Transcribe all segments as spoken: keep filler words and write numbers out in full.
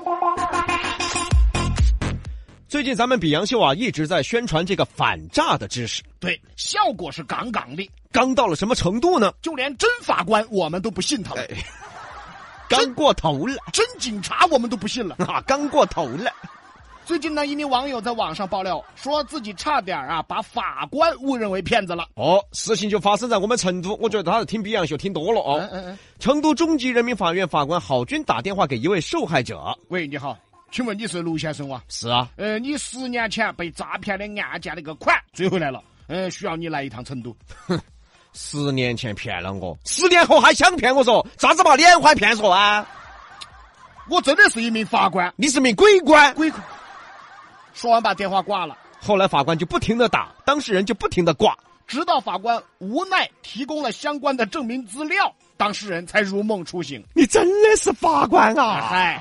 最近咱们比洋秀啊一直在宣传这个反诈的知识， 对，效果是杠杠的， 刚到了什么程度呢？ 就连真法官我们都不信他了，哎、 刚过头了， 真警察我们都不信了啊，刚过头了。 最近呢，一名网友在网上爆料，说自己差点啊把法官误认为骗子了。 哦，事情就发生在我们成都，我觉得他是听比洋秀听多了哦。嗯嗯嗯。成都中级人民法院法官郝军打电话给一位受害者。 喂，你好，请问你是卢先生哇？ 是啊。 呃，你十年前被诈骗的案件那个款追回来了，呃，需要你来一趟成都。 哼，十年前骗了我，十年后还想骗我说，啥子把连环骗说啊？ 我真的是一名法官， 你是名鬼官， 鬼官。说完把电话挂了， 后来法官就不停的打，当事人就不停的挂， 直到法官无奈提供了相关的证明资料，当事人才如梦初醒。 你真的是法官啊？ 嗨，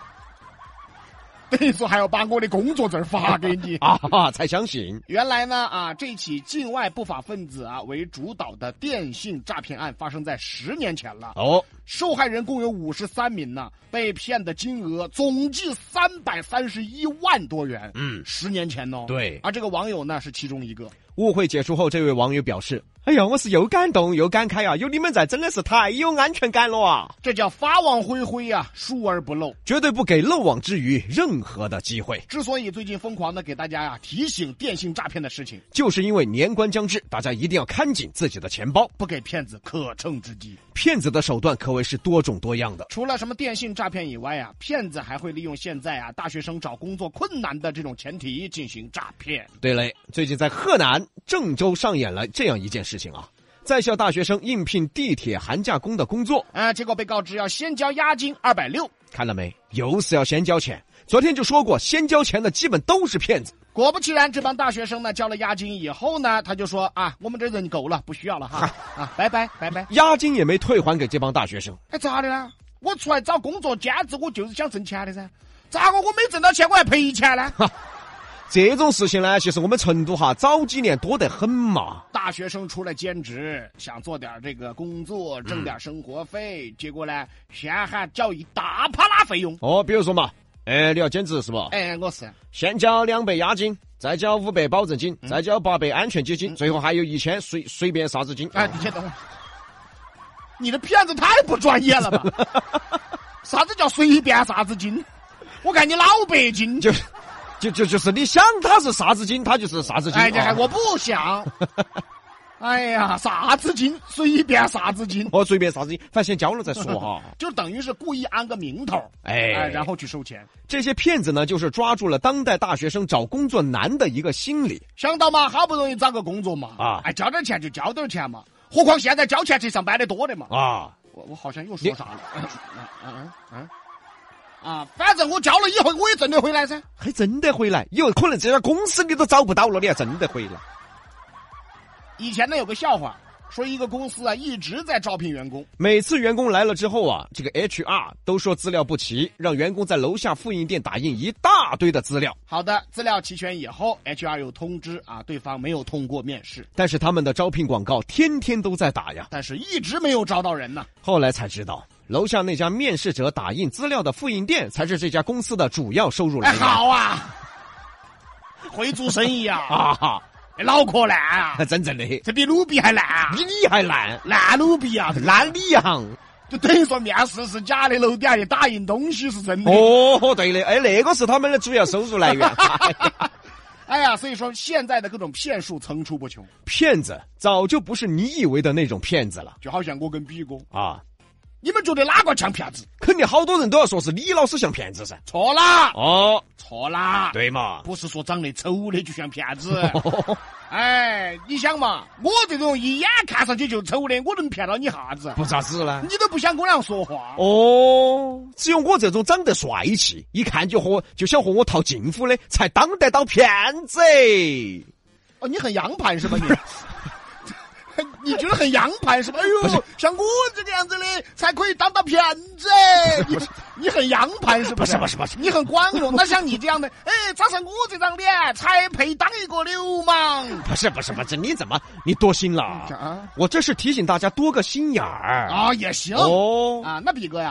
等于说还要把我的工作证发给你啊，才相信。 原来呢啊，这起境外不法分子啊为主导的电信诈骗案发生在十年前了。哦，受害人共有五十三名呢，被骗的金额总计三百三十一万多元。嗯，十年前哦。对，而这个网友呢是其中一个。 误会解除后，这位网友表示：“哎呀，我是又感动又感慨啊！有你们在，真的是太有安全感了啊！ 这叫法网恢恢啊，疏而不漏， 绝对不给漏网之鱼任何的机会。” 之所以最近疯狂的给大家呀、啊、提醒电信诈骗的事情， 就是因为年关将至，大家一定要看紧自己的钱包， 不给骗子可乘之机。 骗子的手段可谓是多种多样的， 除了什么电信诈骗以外啊，骗子还会利用现在啊大学生找工作困难的这种前提进行诈骗。 对嘞，最近在河南郑州上演了这样一件事情啊，在校大学生应聘地铁寒假工的工作， 啊，结果被告知要先交押金二百六， 看了没？又是要先交钱。昨天就说过，先交钱的基本都是骗子。 果不其然，这帮大学生呢交了押金以后呢，他就说啊，我们这人够了，不需要了哈，啊，拜拜拜拜。 押金也没退还给这帮大学生。 哎，咋的呢？我出来找工作兼职，我就是想挣钱的噻，咋个我没挣到钱我还赔钱呢？ 这种事情呢，其实我们成都哈早几年多得很嘛。 大学生出来兼职，想做点这个工作，挣点生活费，嗯、结果呢，先还交一大啪啦费用。 哦，比如说嘛，哎，你要兼职是吧？ 哎，我是先交两倍押金，再交五倍保证金，嗯、再交八倍安全基金，嗯、最后还有一千随随便啥子金。 哎，你先等会儿，你的骗子太不专业了吧？啥子叫随便啥子金？我看你老北京就。就就就是你想他是啥子金，他就是啥子金。 哎，这还我不想。哎呀，啥子金，随便啥子金。 哦，随便啥子金，反正先交了再说哈。 就等于是故意安个名头，哎，哎，然后去收钱。 这些骗子呢，就是抓住了当代大学生找工作难的一个心理。 想到嘛，好不容易找个工作嘛，啊，哎，交点钱就交点钱嘛。何况现在交钱去上班的多的嘛。啊，我我好像又说啥了。嗯嗯嗯。啊，反正我交了以后我也挣得回来噻， 还挣得回来，以后可能这家公司你都找不到了，你还挣得回来。 以前呢有个笑话，说一个公司啊一直在招聘员工， 每次员工来了之后啊，这个 H R 都说资料不齐，让员工在楼下复印店打印一大堆的资料。 好的，资料齐全以后 ，H R 有通知啊，对方没有通过面试， 但是他们的招聘广告天天都在打呀， 但是一直没有招到人呢。 后来才知道，楼下那家面试者打印资料的复印店才是这家公司的主要收入来源。 哎，好啊，会做生意啊！啊，脑壳烂啊！ 真正的， 这比鲁比还烂啊！ 比你还烂， 烂鲁比啊， 烂李阳， 就等于说面试是假的，楼底下的打印东西是真的。 哦，对的，哎，那个是他们的主要收入来源。 哎呀，所以说现在的各种骗术层出不穷， 骗子早就不是你以为的那种骗子了， 就好像我跟比哥啊。 你们觉得哪个像骗子？ 肯定好多人都要说是李老师像骗子噻。 错啦！ 哦， 错啦！ 对嘛？ 不是说长得丑的就像骗子。哎，你想嘛，我这种一眼看上去就丑的，我能骗到你啥子？ 不咋子呢？ 你都不想跟我俩说话。 哦，只有我这种长得帅气，一看就和就想和我套近乎的，才当得到骗子。 哦，你很洋盘是吧你？你觉得很洋盘是吧？哎呦，像我这个样子的才可以当到骗子。你你很洋盘是吧？ 不是不是不是， 你很光荣。那像你这样的，哎，加上我这张脸才配当一个流氓。 不是不是不是，你怎么你多心了？啊、我这是提醒大家多个心眼儿啊，也行哦啊。那比哥呀，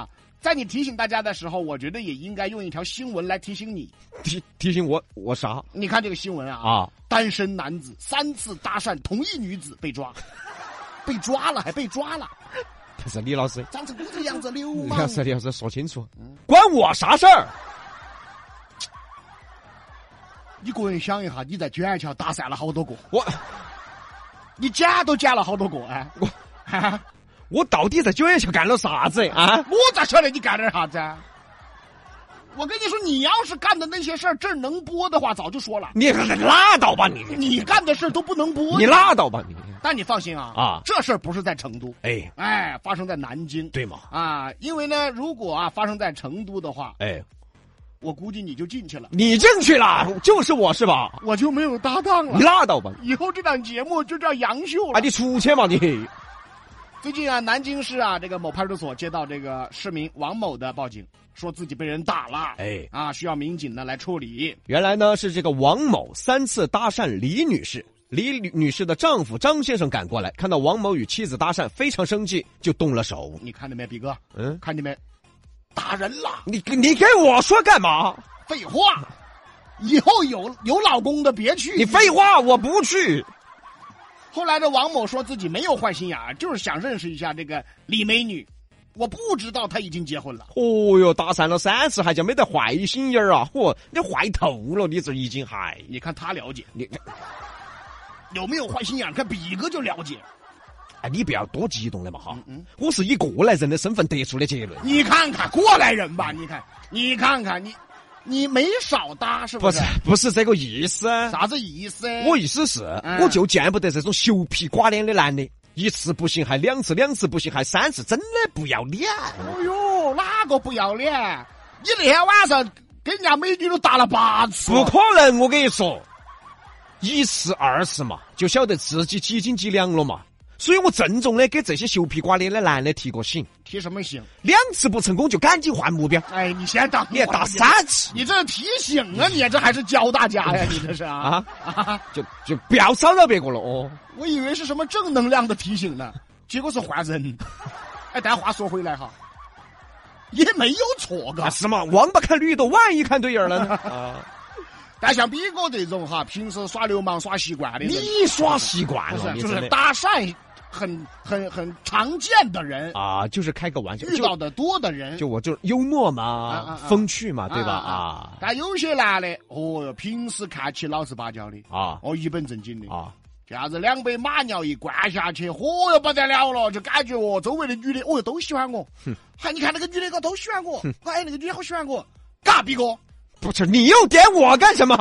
在你提醒大家的时候，我觉得也应该用一条新闻来提醒你。 提提醒我我啥？ 你看这个新闻啊， 啊， 单身男子三次搭讪同一女子被抓，被抓了还被抓了。 不是李老师， 长成这样子流氓。 李老师，李老师说清楚，嗯、关我啥事儿？ 你个人想一下，你在卷桥搭讪了好多个， 我， 你捡都捡了好多个哎， 我，我到底在卷桥干了啥子啊？ 我咋晓得你干点啥子啊？我跟你说，你要是干的那些事儿，这儿能播的话，早就说了。 你拉倒吧你！ 你干的事都不能播。 你拉倒吧你！ 但你放心啊， 啊， 这事儿不是在成都， 哎哎，发生在南京， 对吗？ 啊，因为呢，如果啊发生在成都的话， 哎， 我估计你就进去了。 你进去了，就是我是吧？ 我就没有搭档了。 你拉倒吧！ 以后这档节目就叫杨秀了。 啊，你出去嘛你！ 最近啊，南京市啊这个某派出所接到这个市民王某的报警。说自己被人打了，哎啊，需要民警呢来处理。 原来呢是这个王某三次搭讪李女士，李女士的丈夫张先生赶过来，看到王某与妻子搭讪，非常生气，就动了手。 你看到没，比哥？ 嗯， 看见没？打人了！ 你你给我说干嘛？ 废话，以后有有老公的别去。 你废话，我不去。 后来这王某说自己没有坏心眼儿，就是想认识一下这个李美女。我不知道他已经结婚了。 哦哟，搭讪了三次还叫没得坏心眼儿啊！嚯，你坏透了，你这已经还…… 你看他了解你有没有坏心眼？看比哥就了解。 哎，你不要多激动了嘛哈！嗯嗯，我是以过来人的身份得出的结论。 你看看过来人吧，你看，你看看你，你没少搭是不是？ 不是，不是这个意思。 啥子意思？ 我意思是，嗯、我就见不得这种羞皮寡脸的男的。一次不行还两次，两次不行还三次，真的不要脸！ 哦哟，哪个不要脸？你那天晚上跟人家美女都搭了八次， 不可能！我跟你说，一次二次嘛，就晓得自己几斤几两了嘛。所以我郑重的给这些羞皮寡脸的男的提个醒。 提什么醒？ 两次不成功就赶紧换目标。 哎，你先打， 你打三次， 你这提醒啊，你这还是教大家呀？你这是啊啊，就就不要骚扰别个了哦。 我以为是什么正能量的提醒呢，结果是换人。哎，但话说回来哈，也没有错噶、 啊。是嘛？王八看绿豆，万一看对眼了呢？啊。 但像比哥这种哈，平时耍流氓耍习惯的人， 你耍习惯了， 是就是搭讪很很很常见的人啊，就是开个玩笑， 遇到的多的人， 就我就幽默嘛，啊啊啊风趣嘛，对吧？啊，啊但有些男的，哦哟，平时看起老实巴交的啊，哦一本正经的啊，这样子两杯马尿一灌下去，嚯哟不得了了，就感觉哦，周围的女的哦都喜欢我，嗨，你看那个女的个都喜欢我，哎，那个女的好喜欢我，嘎比哥。 不是你又点我干什么？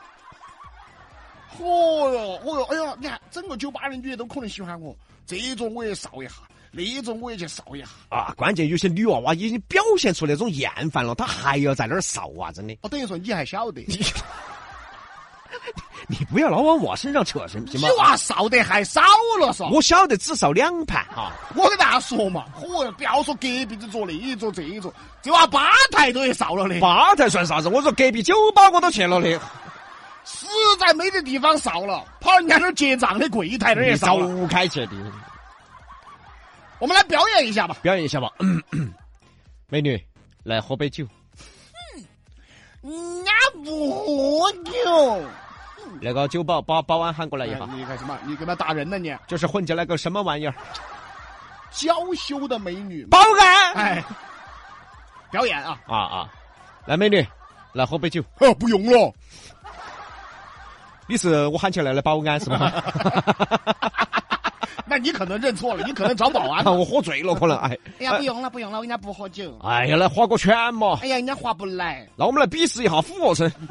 哦哟，哦哟，哎呀，你看整个酒吧的女的都可能喜欢我，这种我也扫一下，那种我也去扫一下啊！关键有些女娃娃已经表现出那种厌烦了，她还要在那儿扫啊！真的， 我、哦、等于说你还晓得， 你, 你不要老往我身上扯，行吗？ 你娃扫得还少了嗦！ 我晓得至少两盘啊！ 我跟大家说嘛，嚯，不要说隔壁子坐那一桌这一桌，这娃吧台都也扫了的。 吧台算啥子？我说隔壁酒吧我都去了的。 实在没得地方扫了，跑人家那儿结账的柜台那儿也扫了。 走开去的。 我们来表演一下吧， 表演一下吧。嗯嗯、美女，来喝杯酒。 人家不喝酒。 那个酒保把保安喊过来一下。 你干什么？你干嘛打人呢你？ 就是混进来个什么玩意儿？ 娇羞的美女。 保安。 哎，表演啊啊啊！来，美女，来喝杯酒。 哦，不用了。 你是我喊起来的保安是吗？ 那你可能认错了，你可能找保安。 我喝醉了，可能哎。 哎呀，不用了，不用了，人家不喝酒。 哎呀，来划个拳嘛。 哎呀，人家划不来。 那我们来比试一下俯卧撑。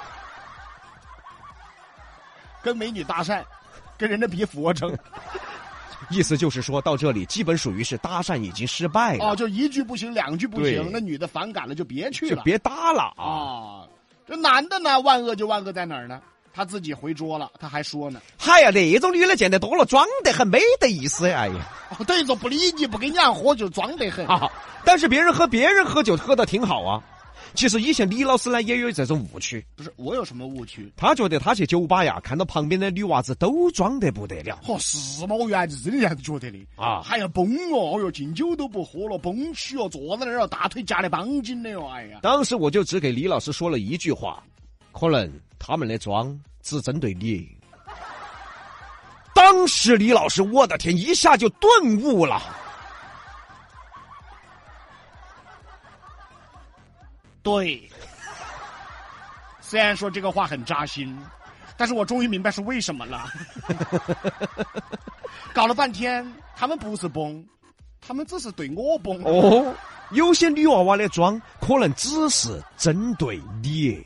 跟美女搭讪，跟人家比俯卧撑。 意思就是说到这里，基本属于是搭讪已经失败了。 哦，就一句不行，两句不行，那女的反感了就别去了， 就别搭了啊。 哦，这男的呢，万恶就万恶在哪儿呢？他自己回桌了，他还说呢：“ 嗨呀，那种女的见得多了，装得很，没得意思呀！”哎呀， 哦、等于说不理你，不跟你俩喝就装得很啊。但是别人和别人喝酒喝得挺好啊。 其实以前李老师呢也有这种误区。 不是我有什么误区？ 他觉得他去酒吧呀，看到旁边的女娃子都装得不得了。 哦，是吗？我原来是真的这样子觉得的啊，还要崩哦，哦哟，敬酒都不喝了，崩起哦，坐在那儿大腿夹得绑紧的哦，哎呀！ 当时我就只给李老师说了一句话，可能他们的装只针对你。当时李老师，我的天，一下就顿悟了。 对，虽然说这个话很扎心，但是我终于明白是为什么了。搞了半天，他们不是崩，他们只是对我崩。 哦，有些女娃娃的妆可能只是针对你。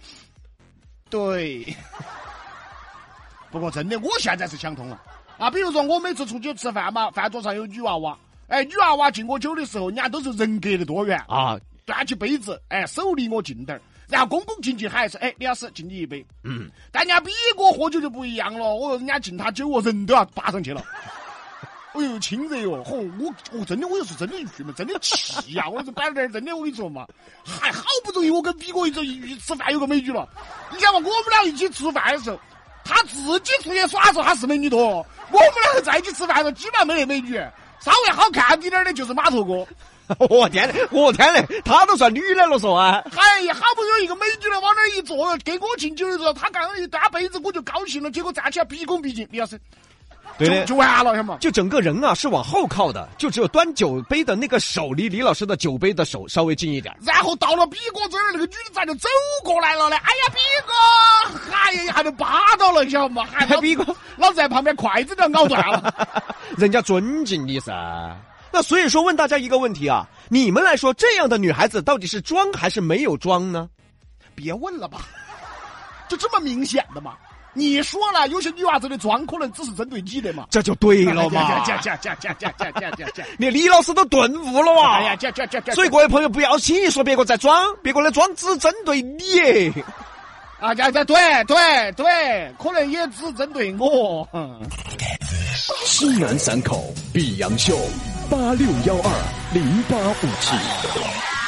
对，不过真的，我现在是想通了啊！比如说，我每次出去吃饭嘛，饭桌上有女娃娃，哎，女娃娃敬我酒的时候，人家都是人隔得多远啊。端起杯子，哎，手离我近点儿，然后恭恭敬敬喊一声，哎，李老师敬你一杯。嗯，但人家比哥喝酒就不一样了，我人家敬他酒，我人都要拔上去了。哎呦，亲热哟！嚯，我我真的，我又是真的郁闷，真的气呀！我是摆那儿，真的，我跟你说嘛，还好不容易我跟比哥一起一吃饭有个美女了。你想嘛，我们俩一起吃饭的时候，他自己出去耍的时候他是美女多，我们两个在一起吃饭的时候基本上没得美女，稍微好看点的就是码头哥。 我天嘞！我天嘞！他都算女的了说啊！ 哎呀，好不容易一个美女的往那儿一坐，给我敬酒的时候，他刚刚一端杯子，我就高兴了，结果站起来毕恭毕敬，李老师， 对就就完了，晓得吗？ 就整个人啊是往后靠的，就只有端酒杯的那个手离李老师的酒杯的手稍微近一点。 然后到了比哥这儿，那个女的咋就走过来了呢？哎呀，比哥，哎呀，还能扒到了，晓得吗？还比哥， 老子在旁边筷子都咬断了， 人家尊敬你噻。那所以说问大家一个问题啊，你们来说这样的女孩子到底是装还是没有装呢？ 别问了吧，就这么明显的嘛。你说了，有些女娃子的装可能只是针对你的嘛， 这就对了嘛。 这这这这这这这这这， 你李老师都顿悟了啊！ 哎呀，这这这这， 所以各位朋友不要轻易说别个在装，别个的装只针对你。 啊，这这对对对，可能也只针对我。 西南三口碧阳秀八六幺二零八五七。